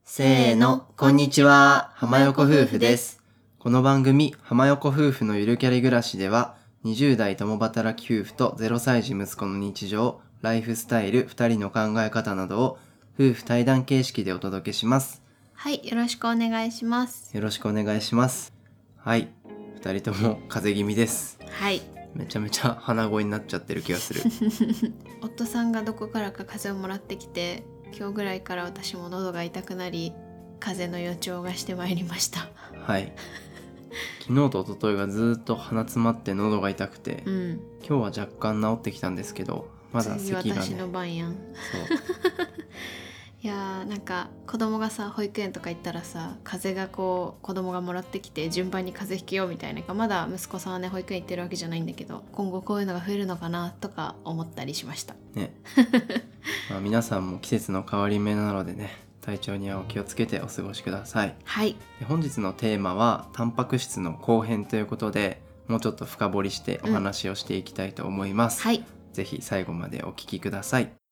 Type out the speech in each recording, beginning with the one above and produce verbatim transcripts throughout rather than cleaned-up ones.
せーの、こんにちは、浜横夫婦です。この番組、浜横夫婦のゆるキャリ暮らしでは、にじゅう代共働き夫婦とゼロさい児息子の日常、ライフスタイル、ふたりの考え方などを夫婦対談形式でお届けします。 はい、よろしくお願いします。 よろしくお願いします。はい、ふたりとも風邪気味です。 はい。 めちゃめちゃ鼻声になっちゃってる気がする。 夫さんがどこからか風邪をもらってきて、今日ぐらいから私も喉が痛くなり、風邪の予兆がしてまいりました。 はい。昨日と一昨日がずっと鼻詰まって喉が痛くて、 うん、 今日は若干治ってきたんですけど、まだ咳がね。 次私の番やん。 そういやーなんか子供がさ保育園とか行ったらさ風邪がこう子供がもらってきて順番に風邪ひきようみたいな、まだ息子さんはね保育園行ってるわけじゃないんだけど、今後こういうのが増えるのかなとか思ったりしましたね。まあ皆さんも季節の変わり目なのでね、体調にはお気をつけてお過ごしください。 はい。 で本日のテーマはタンパク質の後編ということで、もうちょっと深掘りしてお話をしていきたいと思います、 うん、はい。 ぜひ最後までお聞きください。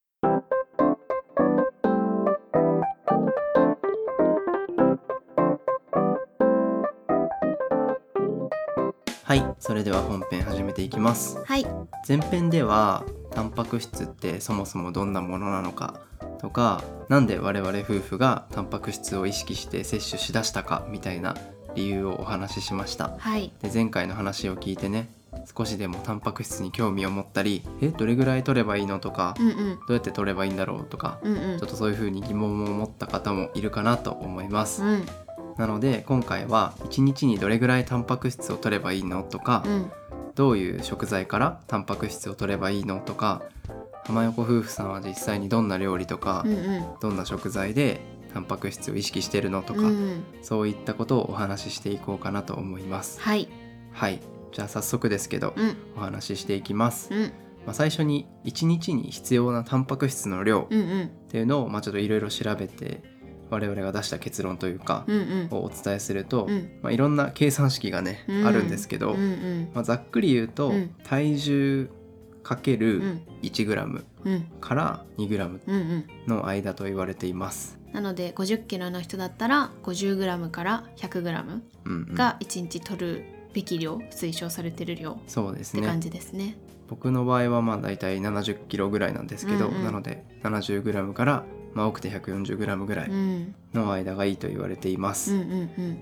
はい、それでは本編始めていきます。 はい。 前編ではタンパク質ってそもそもどんなものなのかとか、なんで我々夫婦がタンパク質を意識して摂取しだしたかみたいな理由をお話ししました、 はい、 で前回の話を聞いてね、少しでもタンパク質に興味を持ったり、えどれぐらい取ればいいのとか、 うんうん、 どうやって取ればいいんだろうとか、 うんうん、 ちょっとそういう風に疑問を持った方もいるかなと思います、 うん、 なので今回はいちにちにどれぐらいタンパク質を取ればいいのとか、 うん、 どういう食材からタンパク質を取ればいいのとか、浜横夫婦さんは実際にどんな料理とか、 うんうん、 どんな食材でタンパク質を意識してるのとか、 うんうん、 そういったことをお話ししていこうかなと思います。 はい、 はい、じゃあ早速ですけど、 うん、 お話ししていきます、 うん、 まあ、最初にいちにちに必要なタンパク質の量っていうのを、まあ、ちょっといろいろ調べて我々が出した結論というか、 うんうん、 をお伝えすると、 うんまあ、いろんな計算式がね、 うん、 あるんですけど、 うんうん、 まあ、ざっくり言うと、 うん、 体重かける いちグラムうん、 から にグラムうんうん、 の間と言われています。 なのでごじゅっキロの人だったら ごじゅうグラム から ひゃくグラム がいちにち取るべき量、推奨されてる量そうですねって感じですね。 僕の場合はまあだいたいななじゅっキロぐらいなんですけど、 うんうん、 なので ななじゅうグラム から、まあ、多くて ひゃくよんじゅうグラム ぐらいの間がいいと言われています、 うんうんうん、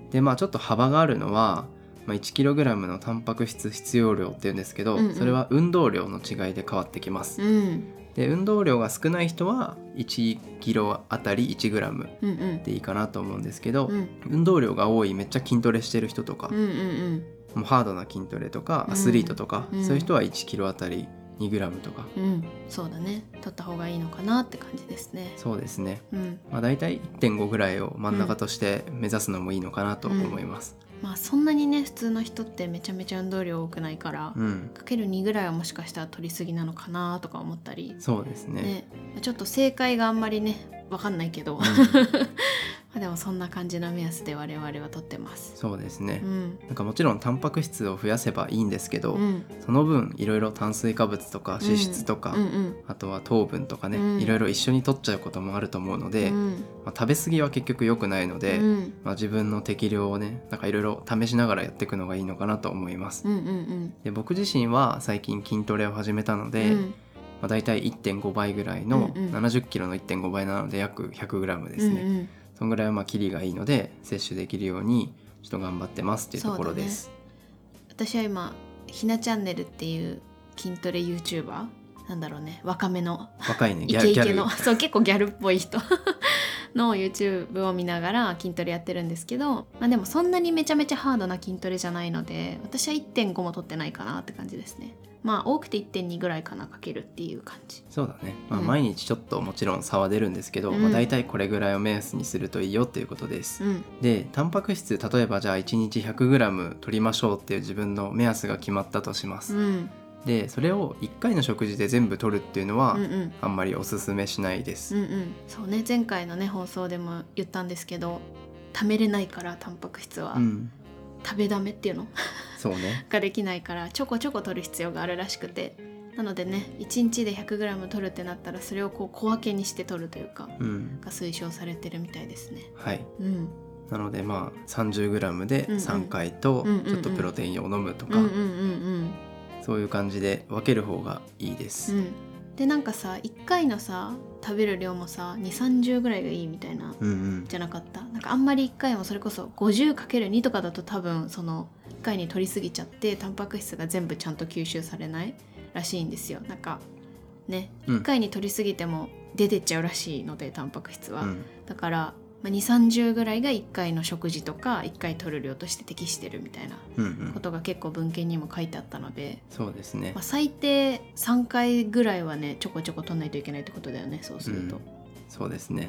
でまあちょっと幅があるのは、まあ、いちキログラム のタンパク質必要量っていうんですけど、うんうん、それは運動量の違いで変わってきます、うん、で運動量が少ない人はいちキロあたり いちグラム でいいかなと思うんですけど、うんうん、運動量が多いめっちゃ筋トレしてる人とか、うんうんうん、もうハードな筋トレとかアスリートとか、うんうん、そういう人はいちキロあたりにグラムとか、 うん、そうだね、取った方がいいのかなって感じですね。 そうですね、 うんまあ、だいたい いってんご ぐらいを真ん中として目指すのもいいのかなと思います、 うん、まあそんなにね普通の人ってめちゃめちゃ運動量多くないから、うん、かけるにぐらいはもしかしたら取りすぎなのかなとか思ったり。 そうですね、 ね、ちょっと正解があんまりね分かんないけど、うんでもそんな感じの目安で我々は取ってます。 そうですね、うん、なんかもちろんタンパク質を増やせばいいんですけど、うん、その分いろいろ炭水化物とか脂質とか、うんうんうん、あとは糖分とかね、うん、いろいろ一緒に取っちゃうこともあると思うので、うんまあ、食べ過ぎは結局良くないので、うんまあ、自分の適量をねなんかいろいろ試しながらやっていくのがいいのかなと思います、うんうんうん、で僕自身は最近筋トレを始めたので、うんまあ、だいたい いってんご 倍ぐらいの、うんうん、ななじゅっキロの いってんご 倍なので約 ひゃくグラム ですね、うんうん、そのぐらいはまあキリがいいので摂取できるようにちょっと頑張ってますっていうところです、 ね、私は今ひなチャンネルっていう筋トレ YouTuber なんだろうね、若めの若いねイケイケのそう結構ギャルっぽい人の YouTube を見ながら筋トレやってるんですけど、まあ、でもそんなにめちゃめちゃハードな筋トレじゃないので私は いってんご も取ってないかなって感じですね。まあ多くて いってんに ぐらいかなかけるっていう感じ。 そうだね、まあ、毎日ちょっともちろん差は出るんですけど、うんまあ、大体これぐらいを目安にするといいよっていうことです、うん、でタンパク質例えばじゃあいちにち ひゃくグラム 取りましょうっていう自分の目安が決まったとします、うん、でそれをいっかいの食事で全部取るっていうのは、うんうん、あんまりおすすめしないです、 うんうん、そうね、前回のね放送でも言ったんですけど貯めれないからタンパク質は、うん、食べだめっていうのそうねができないからちょこちょこ取る必要があるらしくて、 なのでねいちにちで ひゃくグラム 取るってなったらそれをこう小分けにして取るというか、うん、が推奨されてるみたいですね。 はい、 うん、 なのでまあ さんじゅうグラム でさんかいとちょっとプロテインを飲むとか、そういう感じで分ける方がいいです、うん、 でなんかさいっかいのさ食べる量もさにじゅうさんじゅうぐらいがいいみたいな、うんうん、じゃなかった？なんかあんまりいっかいもそれこそ ごじゅうかけるに とかだと多分そのいっかいに取りすぎちゃってタンパク質が全部ちゃんと吸収されないらしいんですよ。なんかね、うん、いっかいに取りすぎても出てっちゃうらしいのでタンパク質は、うん、だから、まあ、にじゅうさんじゅうぐらいがいっかいの食事とかいっかい取る量として適してるみたいなことが結構文献にも書いてあったので、うんうん、 そうですね、 まあ、最低さんかいぐらいはねちょこちょこ取んないといけないってことだよね。そうすると、うん、 そうですね、 うん、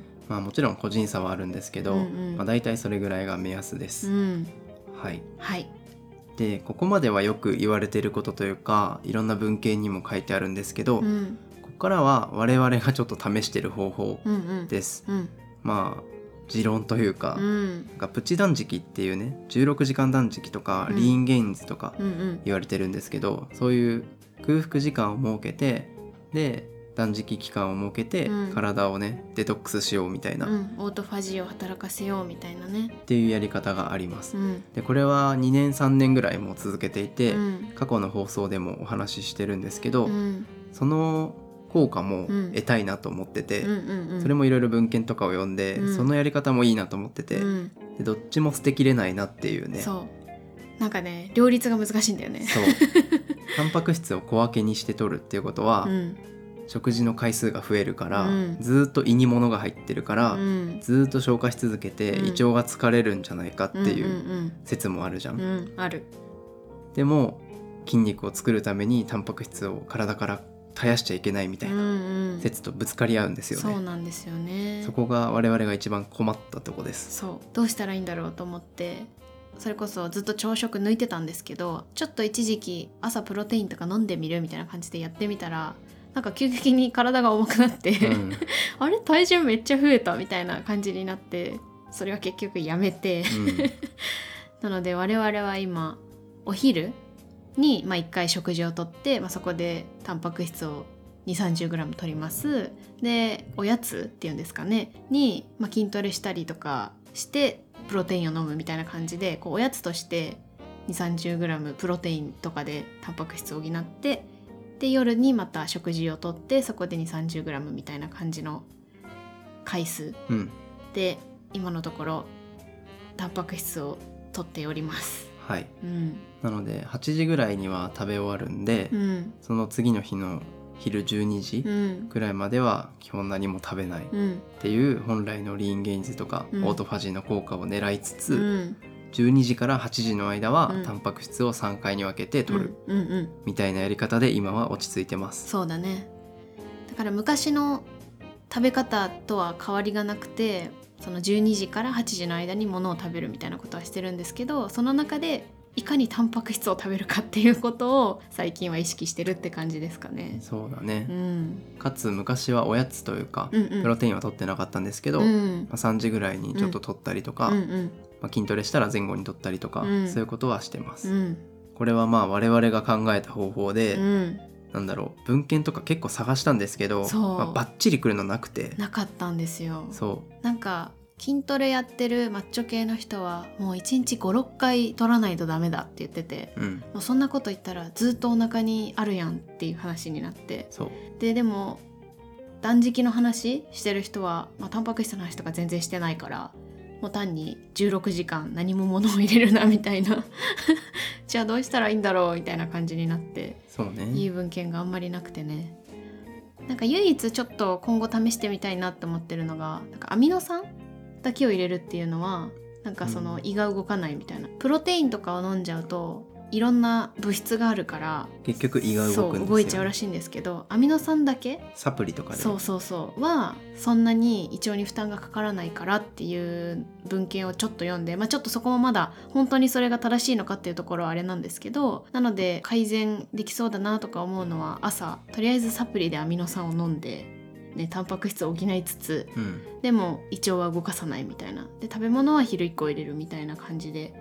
まあもちろん個人差はあるんですけど、うんうん、まあ、大体それぐらいが目安です、うん、はい、 はい、 でここまではよく言われていることというかいろんな文献にも書いてあるんですけど、うん、ここからは我々がちょっと試している方法です、うんうん、まあ持論というか、うん、なんかプチ断食っていうねじゅうろくじかん断食とか、うん、リーンゲインズとか言われてるんですけど、うんうん、そういう空腹時間を設けてで断食期間を設けて、うん、体をねデトックスしようみたいな、うん、 オートファジーを働かせようみたいなねっていうやり方があります、うん、でこれはにねんさんねんぐらいも続けていて、うん、過去の放送でもお話ししてるんですけど、うん、その効果も得たいなと思ってて、うんうんうん、それもいろいろ文献とかを読んで、うん、そのやり方もいいなと思ってて、うん、でどっちも捨てきれないなっていうね。 そうなんかね両立が難しいんだよね。 そうタンパク質を小分けにして取るっていうことは、うん、食事の回数が増えるから、うん、ずっと胃に物が入ってるから、うん、ずっと消化し続けて、うん、胃腸が疲れるんじゃないかっていう説もあるじゃん、うんうんうん、 ある。 でも筋肉を作るためにタンパク質を体から絶やしちゃいけないみたいな説とぶつかり合うんですよね、 うんうん、そうなんですよね。 そこが我々が一番困ったとこです。 そうどうしたらいいんだろうと思ってそれこそずっと朝食抜いてたんですけどちょっと一時期朝プロテインとか飲んでみるみたいな感じでやってみたらなんか急激に体が重くなって、うん、あれ体重めっちゃ増えたみたいな感じになってそれは結局やめて、うん、なので我々は今お昼に、まあ、いっかい食事をとって、まあ、そこでタンパク質を にじゅうさんじゅうグラム 取ります。でおやつっていうんですかねに、まあ、筋トレしたりとかしてプロテインを飲むみたいな感じでこうおやつとしてにじゅうさんじゅうグラム プロテインとかでタンパク質を補ってで夜にまた食事をとってそこで にじゅうさんじゅうグラム みたいな感じの回数、うん、で今のところタンパク質をとっております。 はい、うん、なのではちじぐらいには食べ終わるんで、うん、その次の日の昼じゅうにじくらいまでは基本何も食べないっていう本来のリーンゲインズとかオートファジーの効果を狙いつつ、うん、じゅうにじからはちじの間はタンパク質をさんかいに分けて取るみたいなやり方で今は落ち着いてます。 そうだね。だから昔の食べ方とは変わりがなくてそのじゅうにじからはちじの間に物を食べるみたいなことはしてるんですけどその中でいかにタンパク質を食べるかっていうことを最近は意識してるって感じですかね。 そうだね、うん、かつ昔はおやつというか、うんうん、プロテインは取ってなかったんですけど、うんまあ、さんじぐらいにちょっと取ったりとか、うんうんまあ、筋トレしたら前後に取ったりとか、うん、そういうことはしてます、うん、これはまあ我々が考えた方法で、うんなんだろう文献とか結構探したんですけど、まあ、バッチリくるのなくてなかったんですよ。 そうなんか筋トレやってるマッチョ系の人はもういちにちごろっかい取らないとダメだって言ってて、うん、もうそんなこと言ったらずっとお腹にあるやんっていう話になってそうででも断食の話してる人は、まあ、タンパク質の話とか全然してないからもう単にじゅうろくじかん何も物を入れるなみたいなじゃあどうしたらいいんだろうみたいな感じになってそうねいい文献があんまりなくてねなんか唯一ちょっと今後試してみたいなって思ってるのがなんかアミノ酸だけを入れるっていうのはなんかその胃が動かないみたいな、うん、プロテインとかを飲んじゃうといろんな物質があるから結局胃が動くんですよ。 そう動いちゃうらしいんですけどアミノ酸だけサプリとかでそうそうそうはそんなに胃腸に負担がかからないからっていう文献をちょっと読んで、まあ、ちょっとそこもまだ本当にそれが正しいのかっていうところはあれなんですけどなので改善できそうだなとか思うのは朝とりあえずサプリでアミノ酸を飲んでね、タンパク質を補いつつ、うん、でも胃腸は動かさないみたいなで食べ物は昼いっこ入れるみたいな感じで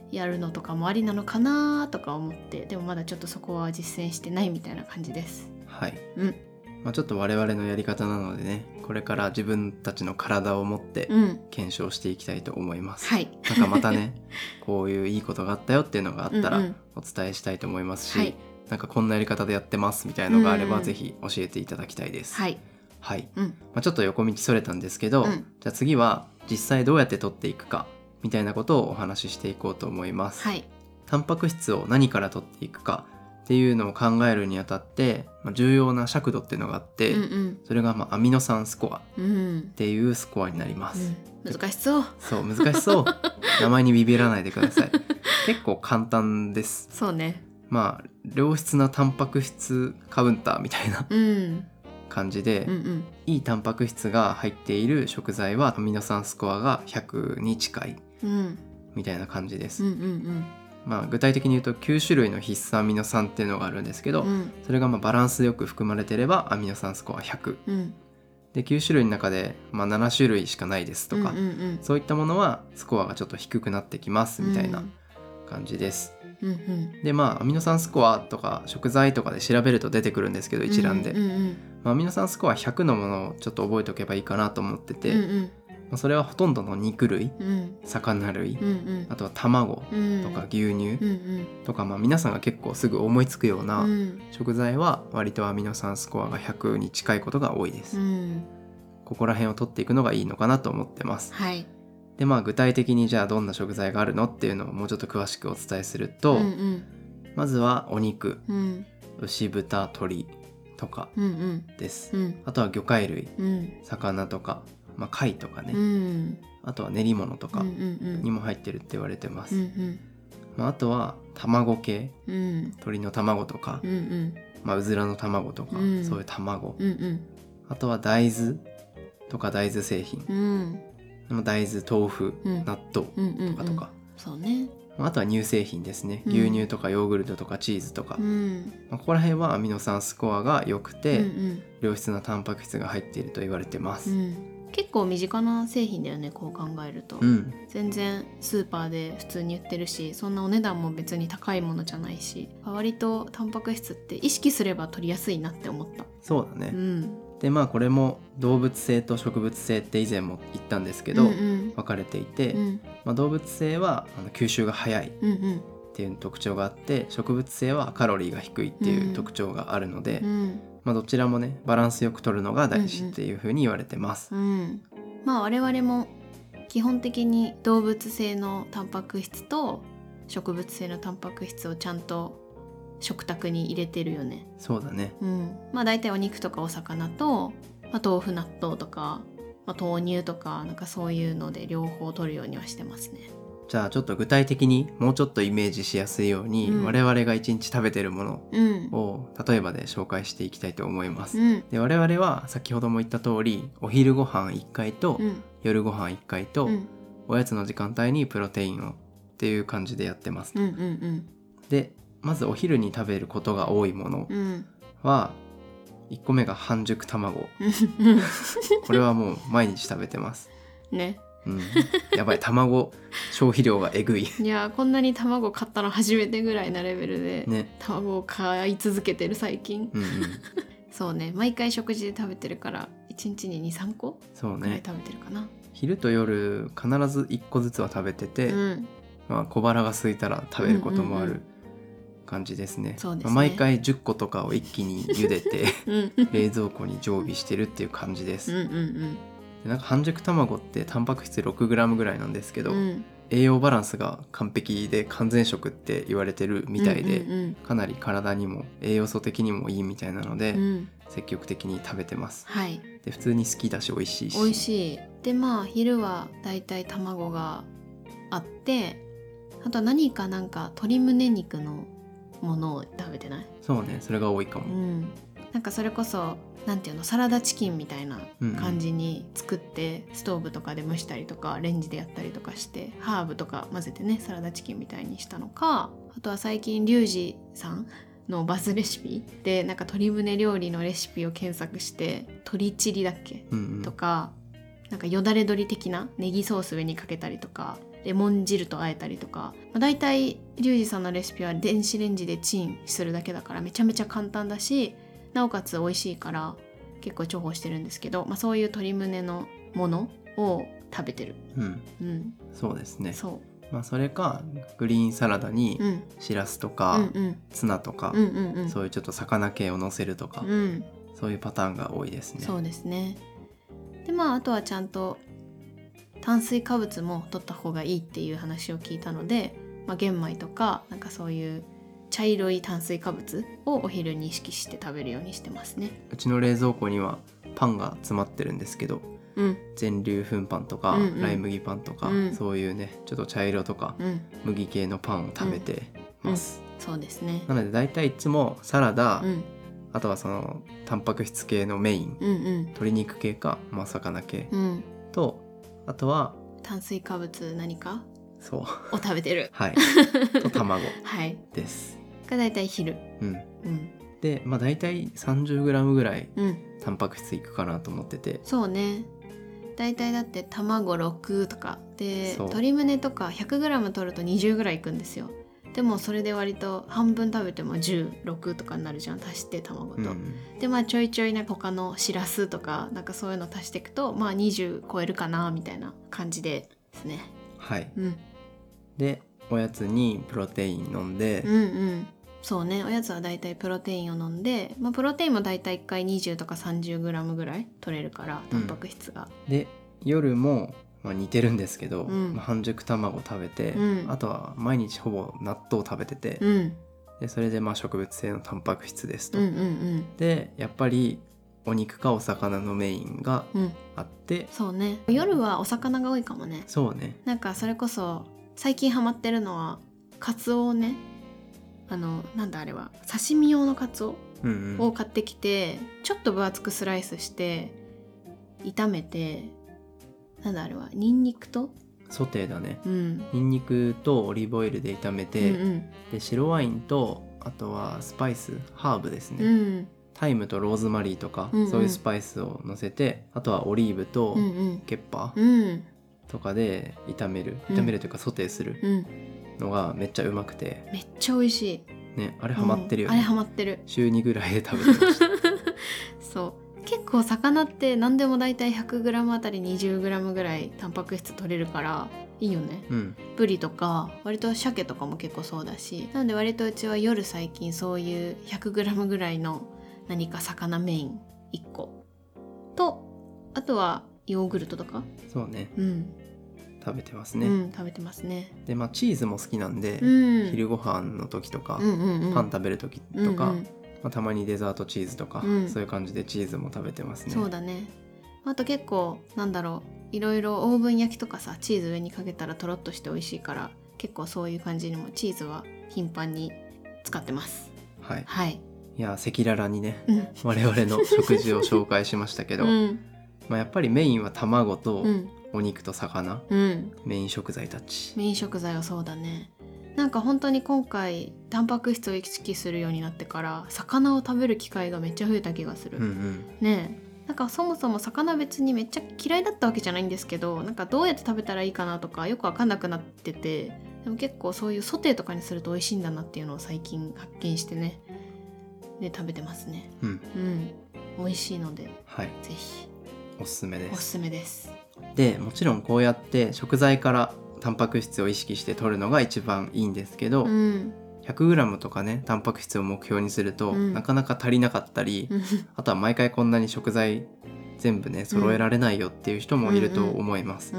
やるのとかもありなのかなとか思って、でもまだちょっとそこは実践してないみたいな感じです。 はい、 うん、 まあ、ちょっと我々のやり方なのでね、これから自分たちの体を持って検証していきたいと思います、 うん、はい、 なんかまたねこういういいことがあったよっていうのがあったらお伝えしたいと思いますし、うんうん、なんかこんなやり方でやってますみたいなのがあれば、ぜひ教えていただきたいです。 はい、 はい、 うん、 まあ、ちょっと横道それたんですけど、うん、じゃあ次は実際どうやって取っていくかみたいなことをお話ししていこうと思います。 はい、 タンパク質を何から取っていくかっていうのを考えるにあたって、まあ、重要な尺度っていうのがあって、うんうん、それがまあアミノ酸スコアっていうスコアになります、 うん、難しそう。 そう難しそう名前にビビらないでください結構簡単です。 そうね、 まあ良質なタンパク質カウンターみたいな、うん感じで、うんうん、いいタンパク質が入っている食材はアミノ酸スコアがひゃくに近い、うん、みたいな感じです、うんうんうん、まあ、具体的に言うときゅう種類の必須アミノ酸っていうのがあるんですけど、うん、それがまあバランスよく含まれてればアミノ酸スコアひゃく、うん、できゅう種類の中でまあなな種類しかないですとか、うんうんうん、そういったものはスコアがちょっと低くなってきますみたいな感じです、うんうん、でまあアミノ酸スコアとか食材とかで調べると出てくるんですけど、一覧で、うんうんうんまあ、アミノ酸スコアひゃくのものをちょっと覚えておけばいいかなと思ってて、うんうんまあ、それはほとんどの肉類、うん、魚類、うんうん、あとは卵とか牛乳とか、まあ、皆さんが結構すぐ思いつくような食材は割とアミノ酸スコアがひゃくに近いことが多いです、うん、ここら辺を取っていくのがいいのかなと思ってます、はいでまあ、具体的にじゃあどんな食材があるのっていうのをもうちょっと詳しくお伝えすると、うんうん、まずはお肉、うん、牛豚鶏とかです、うんうん、あとは魚介類、うん、魚とか、まあ、貝とかね、うん、あとは練り物とかにも入ってるって言われてます、うんうんまあ、あとは卵系、うん、鶏の卵とか、うんうんまあ、うずらの卵とか、うん、そういう卵、うんうん、あとは大豆とか大豆製品、うん大豆、豆腐、うん、納豆とかとか、うんうんうん、そうね、あとは乳製品ですね、うん、牛乳とかヨーグルトとかチーズとか、うんまあ、ここら辺はアミノ酸スコアが良くて、うんうん、良質なタンパク質が入っていると言われてます、うん、 結構身近な製品だよね、こう考えると、うん、全然スーパーで普通に売ってるし、そんなお値段も別に高いものじゃないし、割とタンパク質って意識すれば取りやすいなって思った。 そうだね、うんでまあこれも動物性と植物性って以前も言ったんですけど、うんうん、分かれていて、うんまあ、動物性はあの吸収が早いっていう特徴があって、うんうん、植物性はカロリーが低いっていう特徴があるので、うんまあ、どちらもねバランスよく取るのが大事っていうふうに言われてます、うんうん、 まあ我々も基本的に動物性のタンパク質と植物性のタンパク質をちゃんと食卓に入れてるよね。 そうだね、 うん、まあ大体お肉とかお魚と、まあ、豆腐納豆とか、まあ、豆乳とかなんかそういうので両方取るようにはしてますね。 じゃあちょっと具体的にもうちょっとイメージしやすいように、うん、我々が一日食べてるものを、うん、例えばで紹介していきたいと思います、うん、で我々は先ほども言った通りお昼ご飯いっかいと、うん、夜ご飯いっかいと、うん、おやつの時間帯にプロテインをっていう感じでやってます、うんうんうん、でまずお昼に食べることが多いものは、うん、いっこめが半熟卵これはもう毎日食べてますね、 うん、やばい卵消費量がえぐいいやこんなに卵買ったの初めてぐらいなレベルで、ね、卵を買い続けてる最近、うんうん、そうね毎回食事で食べてるからいちにちに にさんこぐらい食べてるかな、ね、 昼と夜必ずいっこずつは食べてて、うんまあ、小腹が空いたら食べることもある、うんうんうん感じですね。そうですね。まあ、毎回じゅっことかを一気に茹でて冷蔵庫に常備してるっていう感じです、うんうんうん、でなんか半熟卵ってタンパク質 ろくグラム ぐらいなんですけど、うん、栄養バランスが完璧で完全食って言われてるみたいで、うんうんうん、かなり体にも栄養素的にもいいみたいなので、うん、積極的に食べてます、はい、で普通に好きだし美味しいし美味しいでまあ昼はだいたい卵があってあとは何かなんか鶏胸肉のものを食べてない？ そうねそれが多いかも、うん、 なんかそれこそなんていうのサラダチキンみたいな感じに作って、うんうん、ストーブとかで蒸したりとかレンジでやったりとかしてハーブとか混ぜてねサラダチキンみたいにしたのかあとは最近リュウジさんのバズレシピでなんか鶏胸料理のレシピを検索して鶏チリだっけ、うんうん、とかなんかよだれ鶏的なネギソース上にかけたりとかレモン汁と和えたりとか、まあ、だいたいリュウジさんのレシピは電子レンジでチンするだけだからめちゃめちゃ簡単だし、なおかつ美味しいから結構重宝してるんですけど、まあ、そういう鶏胸のものを食べてる。 うん、 うん、 そうですね。 そう、 まあ、それかグリーンサラダにしらすとか、 うんうん、 ツナとか、 うんうんうん、 そういうちょっと魚系を乗せるとか、 うん、 そういうパターンが多いですね。 そうですね。でまああとはちゃんと炭水化物も取った方がいいっていう話を聞いたので、まあ、玄米とかなんかそういう茶色い炭水化物をお昼に意識して食べるようにしてますね。 うちの冷蔵庫にはパンが詰まってるんですけど、 うん、 全粒粉パンとか、 うんうん、 ライ麦パンとか、 うん、 そういうねちょっと茶色とか、 うん、 麦系のパンを食べてます、 うん、そうですね。 なのでだいたいいつもサラダ、 うん、 あとはそのタンパク質系のメイン、 うんうん、 鶏肉系か、まあ、魚系、 うん、 とあとは炭水化物何かそうを食べてるはいと卵はいです、 がだいたい昼、 うんうん、 でまあだいたい さんじゅうグラム ぐらいうん、 タンパク質いくかなと思ってて、 そうね。だいたいだって卵ろくとかで、 そう鶏胸とか ひゃくグラム 取るとにじゅうぐらいいくんですよ。でもそれで割と半分食べてもじゅうろくとかになるじゃん、足して卵と、 うん、 でまあちょいちょいなんか他のしらすとかなんかそういうの足していくとまあにじゅう超えるかなみたいな感じですね。 はい、 うん、 でおやつにプロテイン飲んで、 うんうんそうね、おやつはだいたいプロテインを飲んで、まあ、プロテインもだいたいいっかいにじゅうとか さんじゅうグラム ぐらい取れるからタンパク質が、 うん、で夜も、まあ、似てるんですけど、 うんまあ、半熟卵食べて、 うん、 あとは毎日ほぼ納豆食べてて、 うん、 でそれでまあ植物性のタンパク質ですと、 うんうんうん、 でやっぱりお肉かお魚のメインがうんあって、 そうね、夜はお魚が多いかもね。 そうね、 なんかそれこそ最近ハマってるのはカツオをね、あのなんだあれは刺身用のカツオうんうん、 を買ってきて、ちょっと分厚くスライスして炒めて、なんだあれはニンニクと、 ソテーだね、 うん、 ニンニクとオリーブオイルで炒めて、 うんうん、 で白ワインとあとはスパイスハーブですね、 うん、 タイムとローズマリーとか、 うんうん、 そういうスパイスを乗せて、あとはオリーブとうんうん、 ケッパーうんとかで炒める、 うん、 炒めるというかソテーするうん、 のがめっちゃうまくて、 めっちゃ美味しいね、あれハマってるよね、 うん、あれハマってる週にぐらいで食べてましたそう結構魚って何でもだいたい ひゃくグラム あたり にじゅうグラム ぐらいタンパク質取れるからいいよね、 うん、 ブリとか割と鮭とかも結構そうだし、なので割とうちは夜最近そういう ひゃくグラム ぐらいの何か魚メインいっこと、あとはヨーグルトとか、 そうね、 うん、 食べてますね、 うん、食べてますね。 でまあチーズも好きなんで、 うん、 昼ご飯の時とか、 うんうんうん、 パン食べる時とか、 うんうん、 まあ、たまにデザートチーズとか、 うん、 そういう感じでチーズも食べてますね。 そうだね。あと結構なんだろう、いろいろオーブン焼きとかさ、チーズ上にかけたらとろっとして美味しいから、結構そういう感じにもチーズは頻繁に使ってます。 はい、 はい、 いや赤裸々にね、 うん、 我々の食事を紹介しましたけど、 うん、 まあ、やっぱりメインは卵とうんお肉と魚、 うん、 メイン食材たち。 メイン食材はそうだね。なんか本当に今回タンパク質を意識するようになってから魚を食べる機会がめっちゃ増えた気がする、 うんうん、 ねえ、なんかそもそも魚別にめっちゃ嫌いだったわけじゃないんですけど、なんかどうやって食べたらいいかなとかよく分かんなくなってて、でも結構そういうソテーとかにすると美味しいんだなっていうのを最近発見してね、で食べてますね。 うん、 うん、美味しいので、 はい、 ぜひおすすめです。 おすすめです。 でもちろんこうやって食材からタンパク質を意識して取るのが一番いいんですけど、 うん、 ひゃくグラム とかねタンパク質を目標にすると、 うん、 なかなか足りなかったり、あとは毎回こんなに食材全部ね揃えられないよっていう人もいると思います、 うん、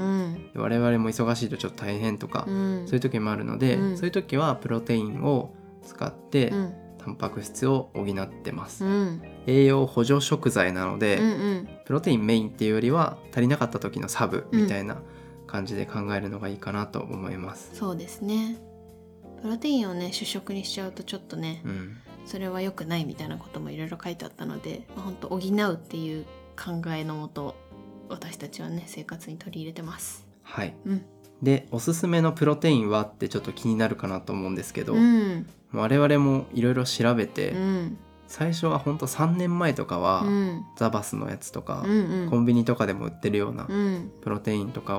我々も忙しいとちょっと大変とか、 うん、 そういう時もあるので、 うん、 そういう時はプロテインを使って、 うん、 タンパク質を補ってます、 うん、 栄養補助食材なので、 うんうん、 プロテインメインっていうよりは足りなかった時のサブみたいな感じで考えるのがいいかなと思います、 うん、そうですね。プロテインをね主食にしちゃうとちょっとね、 うん、 それは良くないみたいなこともいろいろ書いてあったので、まあ、本当補うっていう考えのもと私たちはね生活に取り入れてます。 はい、 うん、 でおすすめのプロテインはってちょっと気になるかなと思うんですけど、 うん、 我々もいろいろ調べて、 うん、 最初はほんとさんねんまえとかは、 うん、 ザバスのやつとか、 うんうん、 コンビニとかでも売ってるようなうん、 プロテインとかを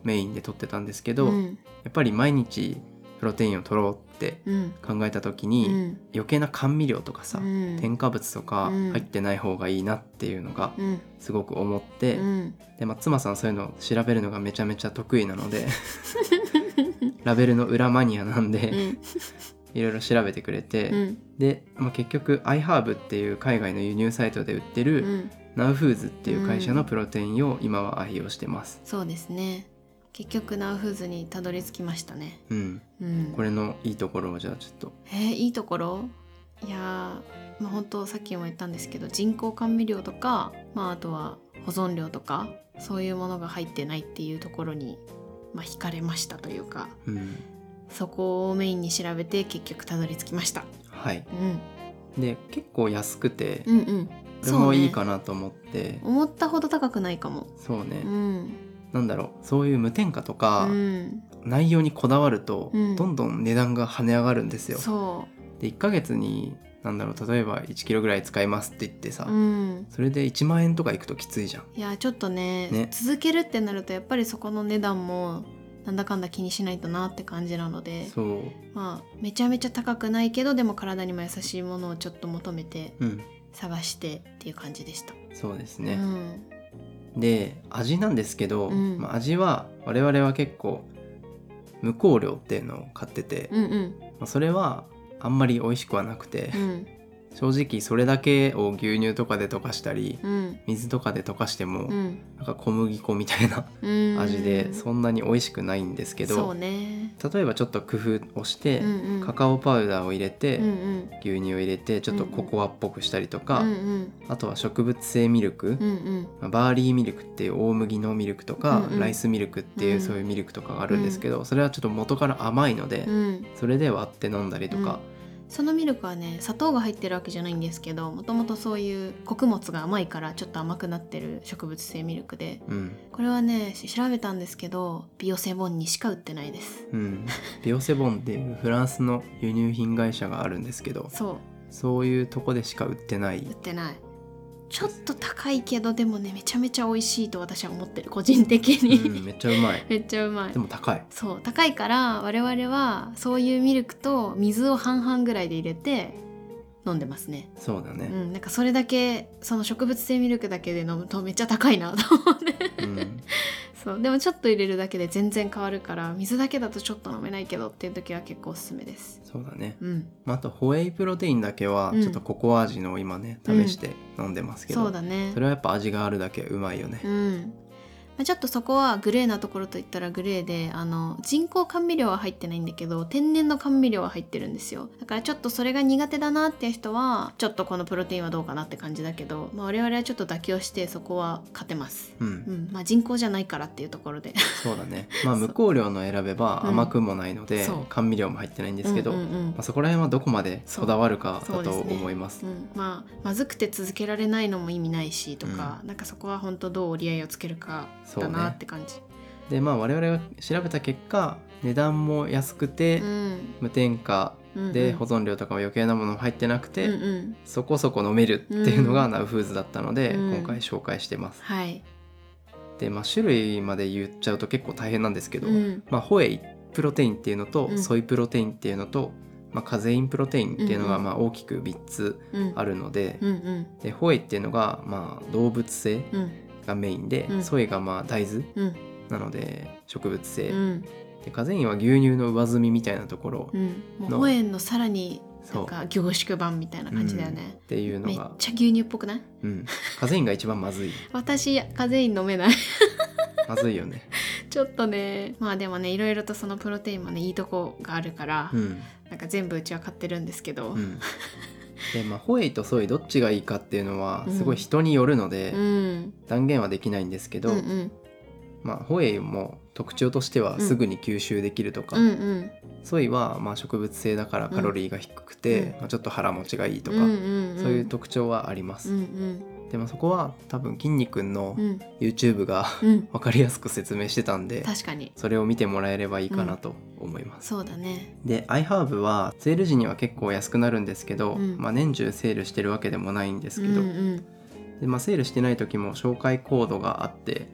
メインで取ってたんですけど、 うん、 やっぱり毎日プロテインを取ろうって考えた時に、うん、余計な甘味料とかさ、うん、添加物とか入ってない方がいいなっていうのがすごく思って、うん、で、まあ、妻さんそういうのを調べるのがめちゃめちゃ得意なのでラベルの裏マニアなんで、うん、いろいろ調べてくれて、うん、で、まあ、結局 iHerb っていう海外の輸入サイトで売ってる、うん、ナウフーズっていう会社のプロテインを今は愛用してます、 うん、そうですね。結局ナウフーズにたどり着きましたね。 うん、うん、これのいいところをじゃあちょっと。 えー、いいところ、いやまあ本当さっきも言ったんですけど、人工甘味料とか、まあ、あとは保存料とかそういうものが入ってないっていうところに、まあ、惹かれましたというか、うん、そこをメインに調べて結局たどり着きました。 はい、うん、で結構安くて、 うんうん、 これもいいかなと思って、 ね、思ったほど高くないかも。 そうね、 うん、 なんだろう、そういう無添加とか、うん、内容にこだわると、うん、どんどん値段が跳ね上がるんですよ。 そうでいっかげつになんだろう、例えばいちキロぐらい使いますって言ってさ、うん、それでいちまんえんとかいくときついじゃん。 いやちょっと ね, ね続けるってなるとやっぱりそこの値段もなんだかんだ気にしないとなって感じなので、 そう、 まあ、めちゃめちゃ高くないけどでも体にも優しいものをちょっと求めて探してっていう感じでした、 うん、そうですね、うん、で味なんですけど、うんまあ、味は我々は結構無香料っていうのを買ってて、うんうんまあ、それはあんまり美味しくはなくて、うん、正直それだけを牛乳とかで溶かしたり、うん、水とかで溶かしても、うん、なんか小麦粉みたいな味でそんなに美味しくないんですけど、 そうね、 例えばちょっと工夫をして、うんうん、カカオパウダーを入れて、うんうん、牛乳を入れてちょっとココアっぽくしたりとか、うんうん、あとは植物性ミルク、うんうん、バーリーミルクっていう大麦のミルクとか、うんうん、ライスミルクっていうそういうミルクとかがあるんですけど、うん、それはちょっと元から甘いので、うん、それで割って飲んだりとか、 うんそのミルクはね砂糖が入ってるわけじゃないんですけど、もともとそういう穀物が甘いからちょっと甘くなってる植物性ミルクで、うん、これはね調べたんですけどビオセボンにしか売ってないです、 うん、ビオセボンっていうフランスの輸入品会社があるんですけど、 そうそういうとこでしか売ってない。 売ってない。ちょっと高いけどでもねめちゃめちゃ美味しいと私は思ってる、個人的に、 うん、めっちゃうまいめっちゃうまい。 でも高い。 そう高いから我々はそういうミルクと水を半々ぐらいで入れて飲んでますね。 そうだね、 うん、なんかそれだけその植物性ミルクだけで飲むとめっちゃ高いなと思って、うん、そうでもちょっと入れるだけで全然変わるから、水だけだとちょっと飲めないけどっていう時は結構おすすめです。 そうだね、 うんまあ、あとホエイプロテインだけはちょっとココア味の今ね、うん、試して飲んでますけど、 そうだね、 それはやっぱ味があるだけうまいよね。 うんちょっとそこはグレーなところといったらグレーで、あの人工甘味料は入ってないんだけど天然の甘味料は入ってるんですよ。だからちょっとそれが苦手だなっていう人はちょっとこのプロテインはどうかなって感じだけど、まあ、我々はちょっと妥協してそこは勝てます、うんうんまあ、人工じゃないからっていうところでそうだね、まあ、無香料の選べば甘くもないので、うん、甘味料も入ってないんですけど、うんうんうんまあ、そこら辺はどこまでこだわるかだと思います。 そうですね、うんまあ、まずくて続けられないのも意味ないしとか、うん、なんかそこは本当どう折り合いをつけるかだなって感じ。 でまあ我々が調べた結果値段も安くて、うん、無添加で保存料とかは余計なものも入ってなくて、うんうん、そこそこ飲めるっていうのがナウフーズだったので、うん、今回紹介してます、 はい、 で、まあ、種類まで言っちゃうと結構大変なんですけど、うんまあ、ホエイプロテインっていうのと、うん、ソイプロテインっていうのと、まあ、カゼインプロテインっていうのがまあ大きくみっつあるので、うんうん、でホエイっていうのがまあ動物性がメインで、うん、ソイがまあ大豆、うんなので植物性、うん、でカゼインは牛乳の上澄みみたいなところの、うん、 もうホエイのさらになんか凝縮版みたいな感じだよね、 うん、っていうのがめっちゃ牛乳っぽくない？ うん、カゼインが一番まずい私カゼイン飲めないまずいよねちょっとね、まあでもねいろいろとそのプロテインもねいいとこがあるから、うん、なんか全部うちは買ってるんですけど、うんでまあ、ホエイとソイどっちがいいかっていうのはすごい人によるので、うん、断言はできないんですけど、うんうんまあ、ホエイも特徴としてはすぐに吸収できるとか、うんうん、ソイはまあ植物性だからカロリーが低くて、うんまあ、ちょっと腹持ちがいいとか、うんうんうん、そういう特徴はあります、うんうん、でもそこは多分きんに君の YouTube が、うん、分かりやすく説明してたんで、 確かにそれを見てもらえればいいかなと思います、 うん、そうだね。 で iHerb はセール時には結構安くなるんですけど、うんまあ、年中セールしてるわけでもないんですけど、うんうんでまあ、セールしてない時も紹介コードがあって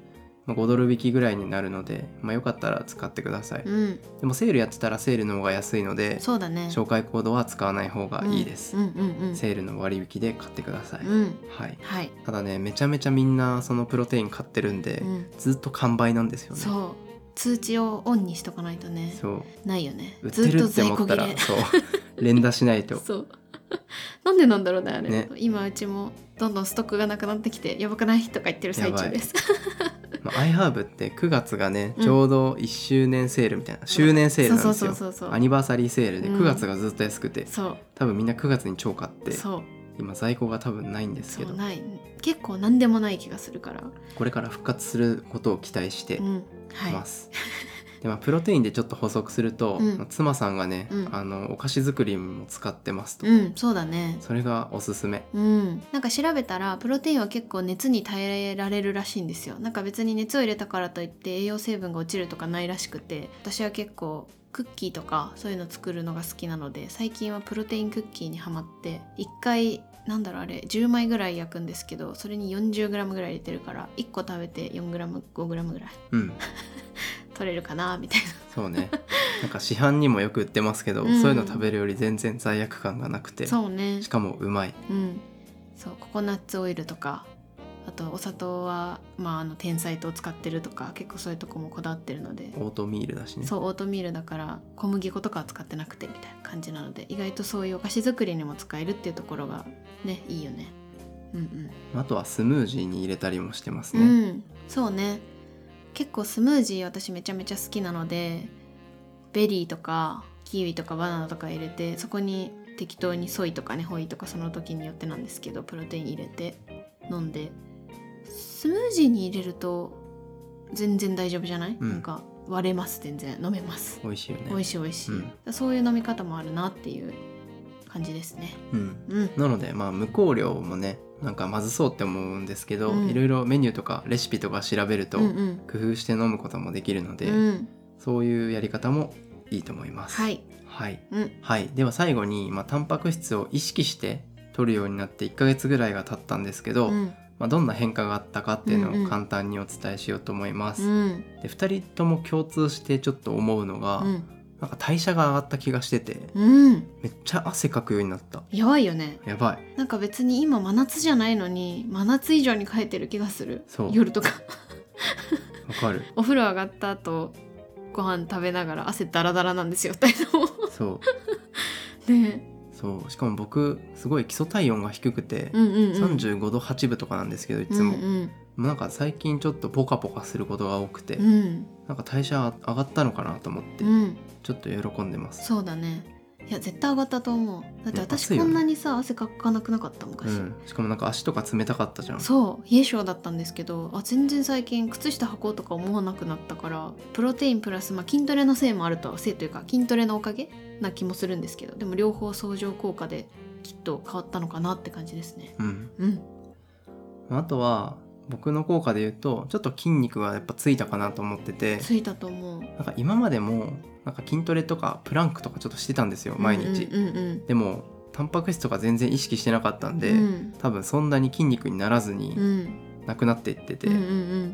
まあ、ごドル引きぐらいになるので、まあ、よかったら使ってください、 うん、 でもセールやってたらセールの方が安いので、 そうだね、 紹介コードは使わない方がいいです、 うんうんうんうん、 セールの割引で買ってください、 うんはい、 はい、 ただねめちゃめちゃみんなそのプロテイン買ってるんで、 うん、 ずっと完売なんですよね。 そう通知をオンにしとかないとね、 そうないよね、 売ってるって思ったらそう連打しないとそうなんでなんだろうねあれ、 ね、 今うちもどんどんストックがなくなってきてやばくないとか言ってる最中ですまあ、iHerb ってくがつがね、うん、ちょうどいっしゅうねんセールみたいな周年セールなんですよ。アニバーサリーセールでくがつがずっと安くて、うん、そう多分みんなくがつに超買って、そう今在庫が多分ないんですけど、 そうない結構何でもない気がするからこれから復活することを期待してます、うんはいでまあ、プロテインでちょっと補足すると、うん、妻さんがね、うん、あのお菓子作りも使ってますと、うん、そうだね、それがおすすめ、 うん、なんか調べたらプロテインは結構熱に耐えられるらしいんですよ。なんか別に熱を入れたからといって栄養成分が落ちるとかないらしくて、私は結構クッキーとかそういうの作るのが好きなので最近はプロテインクッキーにハマって、いっかいなんだろうあれじゅうまいぐらい焼くんですけど、それに よんじゅうグラム ぐらい入れてるからいっこ食べて よんグラムごグラム ぐらい、うん取れるかなみたいな。 そうね、なんか市販にもよく売ってますけど、うん、そういうの食べるより全然罪悪感がなくて、そうね、しかもうまい、 うん、そうココナッツオイルとかあとお砂糖は、まあ、あの天才糖を使ってるとか結構そういうとこもこだわってるので、 オートミールだしね。 そうオートミールだから小麦粉とかは使ってなくてみたいな感じなので、意外とそういうお菓子作りにも使えるっていうところがねいいよね。うんうん、 あとはスムージーに入れたりもしてますね、 うん、そうね、結構スムージー私めちゃめちゃ好きなのでベリーとかキウイとかバナナとか入れて、そこに適当にソイとかねホイとかその時によってなんですけどプロテイン入れて飲んで、スムージーに入れると全然大丈夫じゃない、うん、なんか割れます、全然飲めます。 美味しいよね。 美味しい美味しい、うん、そういう飲み方もあるなっていう感じですね、 うんうん、なのでまあ無香料もねなんかまずそうって思うんですけど、うん、いろいろメニューとかレシピとか調べると工夫して飲むこともできるので、うんうん、そういうやり方もいいと思います。はい、はいうんはい、では最後に、まあ、タンパク質を意識して摂るようになっていっかげつぐらいが経ったんですけど、うんまあ、どんな変化があったかっていうのを簡単にお伝えしようと思います、うんうん、でふたりとも共通してちょっと思うのが、うんなんか代謝が上がった気がしてて、うん、めっちゃ汗かくようになった。 やばいよね。 やばい。 なんか別に今真夏じゃないのに真夏以上にかえてる気がする。そう夜とかわかる。 お風呂上がった後ご飯食べながら汗ダラダラなんですよふたりとも。そうね。 そうしかも僕すごい基礎体温が低くて、うんうんうん、さんじゅうごどはちぶとかなんですけどいつも、うんうんなんか最近ちょっとポカポカすることが多くて、うん、なんか代謝上がったのかなと思って、うん、ちょっと喜んでます。 そうだね。いや絶対上がったと思う。だって私こんなにさ、ね、汗かかなくなかった昔、うん、 しかもなんか足とか冷たかったじゃん。 そう冷え性だったんですけどあ全然最近靴下履こうとか思わなくなったからプロテインプラス、まあ、筋トレのせいもあるとはせいというか筋トレのおかげな気もするんですけどでも両方相乗効果できっと変わったのかなって感じですね。うん、うん、 あとは僕の効果で言うとちょっと筋肉がやっぱついたかなと思ってて、 ついたと思う。 なんか今までもなんか筋トレとかプランクとかちょっとしてたんですよ毎日、うんうんうんうん、でもタンパク質とか全然意識してなかったんで、うん、多分そんなに筋肉にならずになくなっていってて、うんうんうん、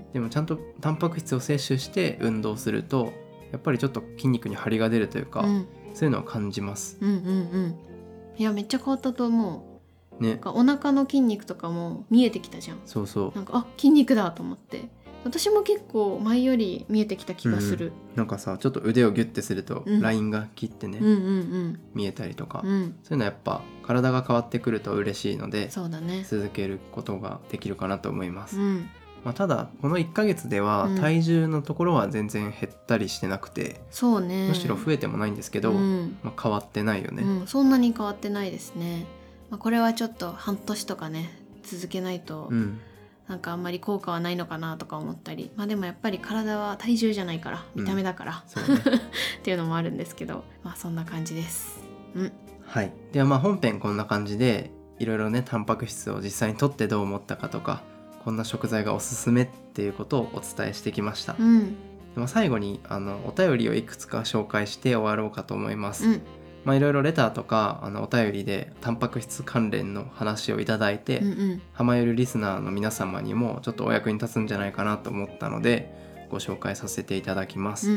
でもちゃんとタンパク質を摂取して運動するとやっぱりちょっと筋肉に張りが出るというか、うん、そういうのは感じます、うんうんうん、 いやめっちゃ変わったと思うね、お腹の筋肉とかも見えてきたじゃん。 そうそうなんかあ筋肉だと思って私も結構前より見えてきた気がする、 うん、なんかさちょっと腕をギュッてするとラインが切ってね、うんうんうん、見えたりとか、うん、そういうのはやっぱ体が変わってくると嬉しいのでそうだ、ね、続けることができるかなと思います、うんまあ、ただこのいっかげつでは体重のところは全然減ったりしてなくて、うん、そうね、むしろ増えてもないんですけど、うんまあ、変わってないよね、 うん、そんなに変わってないですね。まあ、これはちょっと半年とかね続けないと、うん、なんかあんまり効果はないのかなとか思ったり、まあでもやっぱり体は体重じゃないから見た目だから、うんそうね、っていうのもあるんですけど、まあそんな感じです、うん、 はい。ではまあ本編こんな感じでいろいろねタンパク質を実際に摂ってどう思ったかとかこんな食材がおすすめっていうことをお伝えしてきました、うんでまあ、最後にあのお便りをいくつか紹介して終わろうかと思います、うんまあいろいろレターとかあのお便りでタンパク質関連の話をいただいて、 うんうん、 はまゆるリスナーの皆様にもちょっとお役に立つんじゃないかなと思ったのでご紹介させていただきます、 うんうん、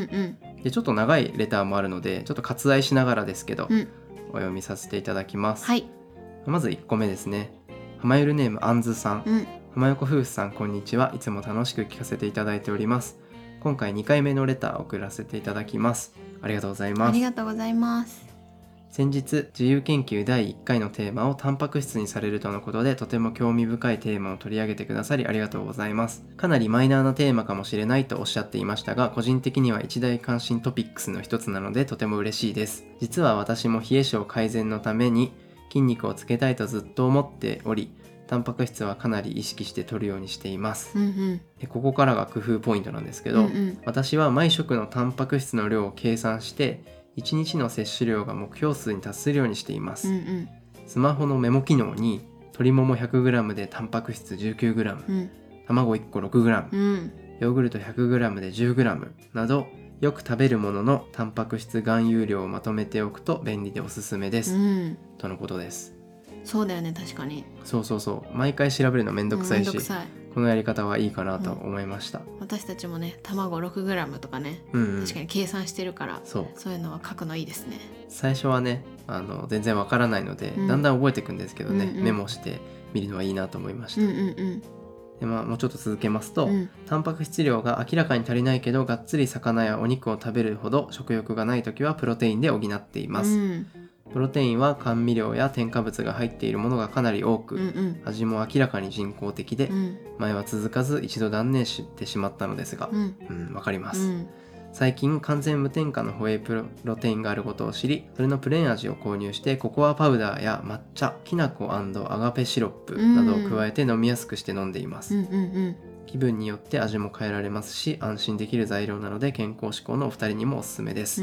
でちょっと長いレターもあるのでちょっと割愛しながらですけど、 うん、 お読みさせていただきます、 はい、 まずいっこめですね。はまゆるネームあんずさん、 うん、 はまよこ夫婦さんこんにちは。いつも楽しく聞かせていただいております。今回にかいめのレターを送らせていただきます。ありがとうございます。 ありがとうございます。 先日自由研究だいいっかいのテーマをタンパク質にされるとのことで、とても興味深いテーマを取り上げてくださりありがとうございます。かなりマイナーなテーマかもしれないとおっしゃっていましたが、個人的には一大関心トピックスの一つなのでとても嬉しいです。実は私も冷え性改善のために筋肉をつけたいとずっと思っており、タンパク質はかなり意識して摂るようにしています、 うんうん、 でここからが工夫ポイントなんですけど、 うんうん、 私は毎食のタンパク質の量を計算していちにちの摂取量が目標数に達するようにしています、 うんうん、 スマホのメモ機能に鶏もも ひゃくグラム でタンパク質 じゅうきゅうグラム、 うん、 卵いっこ ろくグラム、 うん、 ヨーグルト ひゃくグラム で じゅうグラム などよく食べるもののタンパク質含有量をまとめておくと便利でおすすめです、 うん、 とのことです。 そうだよね、確かに。 そうそうそう、毎回調べるのめんどくさいし、 うん、めんどくさい。 このやり方はいいかなと思いました、うん、 私たちもね卵 ろくグラム とかね、 うんうん、 確かに計算してるから、 そうそういうのは書くのいいですね。 最初はねあの全然わからないので、うん、だんだん覚えていくんですけどね、うんうん、メモして見るのはいいなと思いました、 うんうんうん、 で、まあ、もうちょっと続けますと、 うん、 タンパク質量が明らかに足りないけどがっつり魚やお肉を食べるほど食欲がないときはプロテインで補っています、うん、プロテインは甘味料や添加物が入っているものがかなり多く、うんうん、味も明らかに人工的で、うん、前は続かず一度断念してしまったのですが、うんうん、わかります、うん、最近完全無添加のホエイプロテインがあることを知り、それのプレーン味を購入してココアパウダーや抹茶、きな粉&アガペシロップなどを加えて飲みやすくして飲んでいます、うんうんうん、気分によって味も変えられますし安心できる材料なので健康志向のお二人にもおすすめです、うん、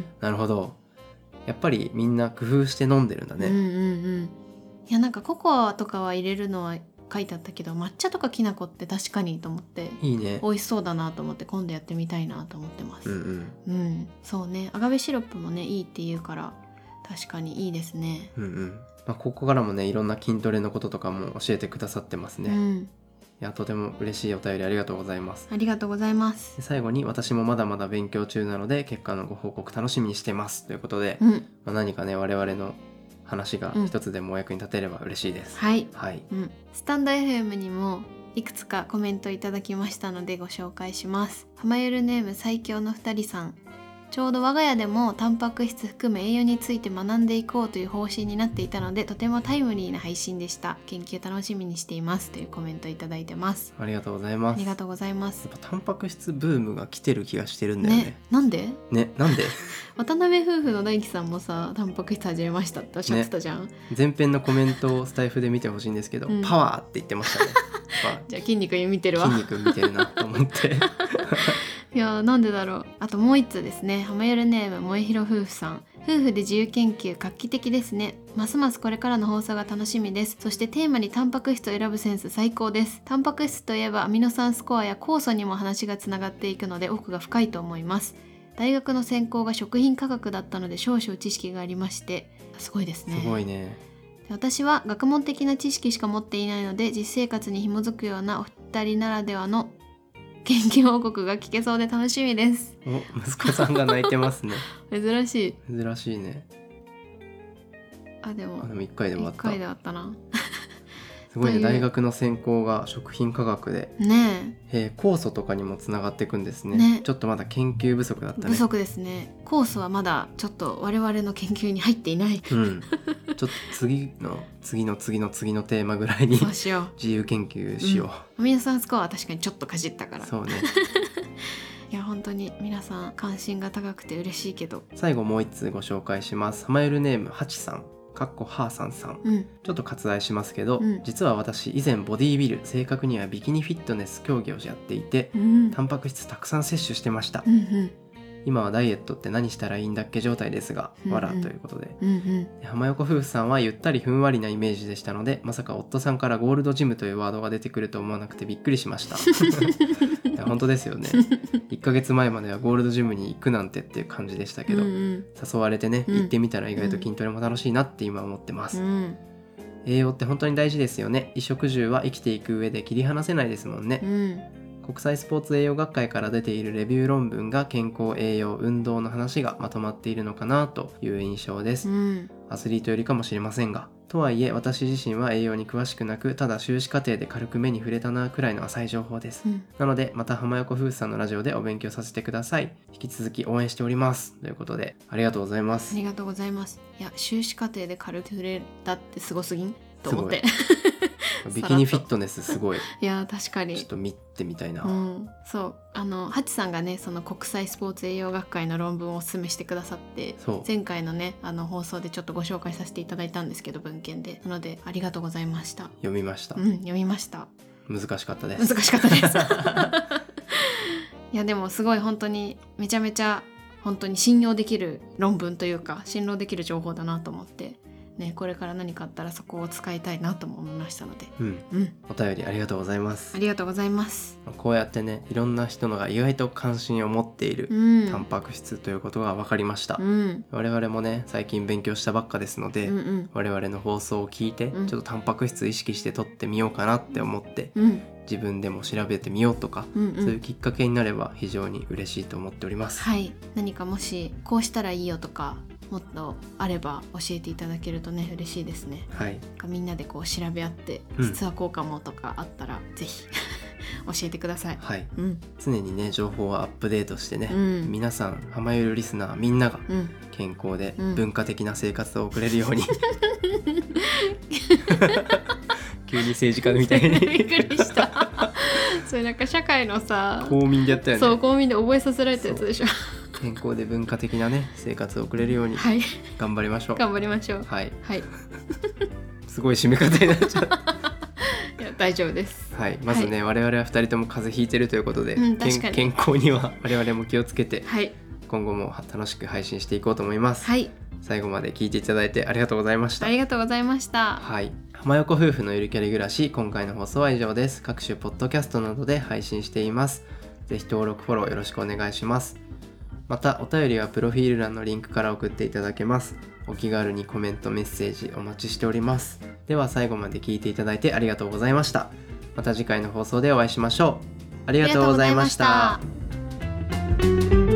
なるほど、やっぱりみんな工夫して飲んでるんだね、うんうんうん、 いやなんかココアとかは入れるのは書いてあったけど、抹茶とかきな粉って確かにと思って、 いいね、 美味しそうだなと思って今度やってみたいなと思ってます、 うんうん、 うん、そうね、アガベシロップもねいいって言うから確かにいいですね、 うんうん、まあ、ここからもねいろんな筋トレのこととかも教えてくださってますね、うん、いやとても嬉しいお便りありがとうございます。 ありがとうございます。 で最後に、私もまだまだ勉強中なので結果のご報告楽しみにしてますということで、 うん、 まあ、何かね我々の話が一つでもお役に立てれば嬉しいです、 うん、はい、 はい、 うん、スタンド エフエム にもいくつかコメントいただきましたのでご紹介します。はまゆるネーム最強のふたりさん、ちょうど我が家でもタンパク質含む栄養について学んでいこうという方針になっていたのでとてもタイムリーな配信でした。研究楽しみにしていますというコメントいただいてます。 ありがとうございます。 ありがとうございます。 やっぱタンパク質ブームが来てる気がしてるんだよね。 ね、なんでね、なんで渡辺夫婦の大樹さんもさタンパク質始めましたっておっしゃってたじゃん、ね、 前編のコメントをスタイフで見てほしいんですけど、うん、パワーって言ってましたねじゃあ筋肉見てるわ。 筋肉見てるなと思っていやなんでだろう。あともう一つですね。はまゆるネーム萌えひろ夫婦さん、夫婦で自由研究画期的ですね。ますますこれからの放送が楽しみです。そしてテーマにタンパク質を選ぶセンス最高です。タンパク質といえばアミノ酸スコアや酵素にも話がつながっていくので奥が深いと思います。大学の専攻が食品科学だったので少々知識がありまして、すごいですね。 すごいね。 私は学問的な知識しか持っていないので実生活に紐づくようなお二人ならではの研究報告が聞けそうで楽しみです。 お、息子さんが泣いてますね珍しい珍しいね。 あでもあでもいっかいで終わった。 いっかいであったなすごいね。大学の専攻が食品科学で、 ねえー、酵素とかにもつながっていくんですね。 ね、 ちょっとまだ研究不足だったね。 不足ですね。酵素はまだちょっと我々の研究に入っていない、 うん、ちょっと次の次の次の次のテーマぐらいにそうしよう。 自由研究しよう、うん、 アミノ酸スコアは確かにちょっとかじったから。 そうねいや本当に皆さん関心が高くて嬉しいけど。 最後もう一通ご紹介します。はまゆるネームはちさんかっこはーさんさん、うん、ちょっと割愛しますけど、うん、実は私以前ボディービル、正確にはビキニフィットネス競技をやっていて、うん、タンパク質たくさん摂取してました、うんうん、 今はダイエットって何したらいいんだっけ状態ですが、 うんうん、 わらということで、 うんうん、 浜横夫婦さんはゆったりふんわりなイメージでしたので、まさか夫さんからゴールドジムというワードが出てくると思わなくてびっくりしましたいや本当ですよねいっかげつまえまではゴールドジムに行くなんてっていう感じでしたけど、うんうん、誘われてね、行ってみたら意外と筋トレも楽しいなって今思ってます、うん、栄養って本当に大事ですよね。衣食住は生きていく上で切り離せないですもんね、うん、国際スポーツ栄養学会から出ているレビュー論文が健康栄養運動の話がまとまっているのかなという印象です、うん、アスリートよりかもしれませんが、とはいえ私自身は栄養に詳しくなく、ただ修士課程で軽く目に触れたなくらいの浅い情報です、うん、なのでまた浜横夫婦さんのラジオでお勉強させてください。引き続き応援しておりますということで、ありがとうございます。 ありがとうございます。いや、修士課程で軽く触れたってすごすぎんと思ってビキニフィットネスすごいいや確かにちょっと見てみたいな、 うん、そうあのハチさんがね、その国際スポーツ栄養学会の論文をお勧めしてくださって、前回のねあの放送でちょっとご紹介させていただいたんですけど、文献で、なのでありがとうございました。 読みました、 うん、読みました。 難しかったです難しかったですいやでもすごい本当にめちゃめちゃ本当に信用できる論文というか、信用できる情報だなと思ってね、これから何かあったらそこを使いたいなとも思いましたので、 うんうん、お便りありがとうございます。 ありがとうございます。 こうやってね、いろんな人のが意外と関心を持っているタンパク質ということが分かりました、うん、我々もね最近勉強したばっかですので、うんうん、我々の放送を聞いて、うん、ちょっとタンパク質意識して取ってみようかなって思って、うん、自分でも調べてみようとか、うんうん、そういうきっかけになれば非常に嬉しいと思っております。 はい、何かもしこうしたらいいよとかもっとあれば教えていただけるとね嬉しいですね、はい、みんなでこう調べ合って、うん、実はこうかもとかあったらぜひ教えてください、 はいうん、常にね情報をアップデートしてね、うん、皆さん浜ゆるリスナーみんなが健康で文化的な生活を送れるように、うん、急に政治家みたいにびっくりしたそれなんか社会のさ公民でやったよね。 そう、公民で覚えさせられたやつでしょ。 健康で文化的なね生活を送れるように頑張りましょう、 はい、頑張りましょう。 はい、 はい、 すごい締め方になっちゃういや大丈夫です、 はい、まずね、はい、我々はふたりとも風邪ひいてるということで、うん、確かに健康には我々も気をつけて、はい、今後も楽しく配信していこうと思います、はい、最後まで聞いていただいてありがとうございました。 ありがとうございました。 はい、浜横夫婦のゆるキャリ暮らし、今回の放送は以上です。各種ポッドキャストなどで配信しています。ぜひ登録フォローよろしくお願いします。またお便りはプロフィール欄のリンクから送っていただけます。お気軽にコメントメッセージお待ちしております。では最後まで聞いていただいてありがとうございました。また次回の放送でお会いしましょう。ありがとうございました。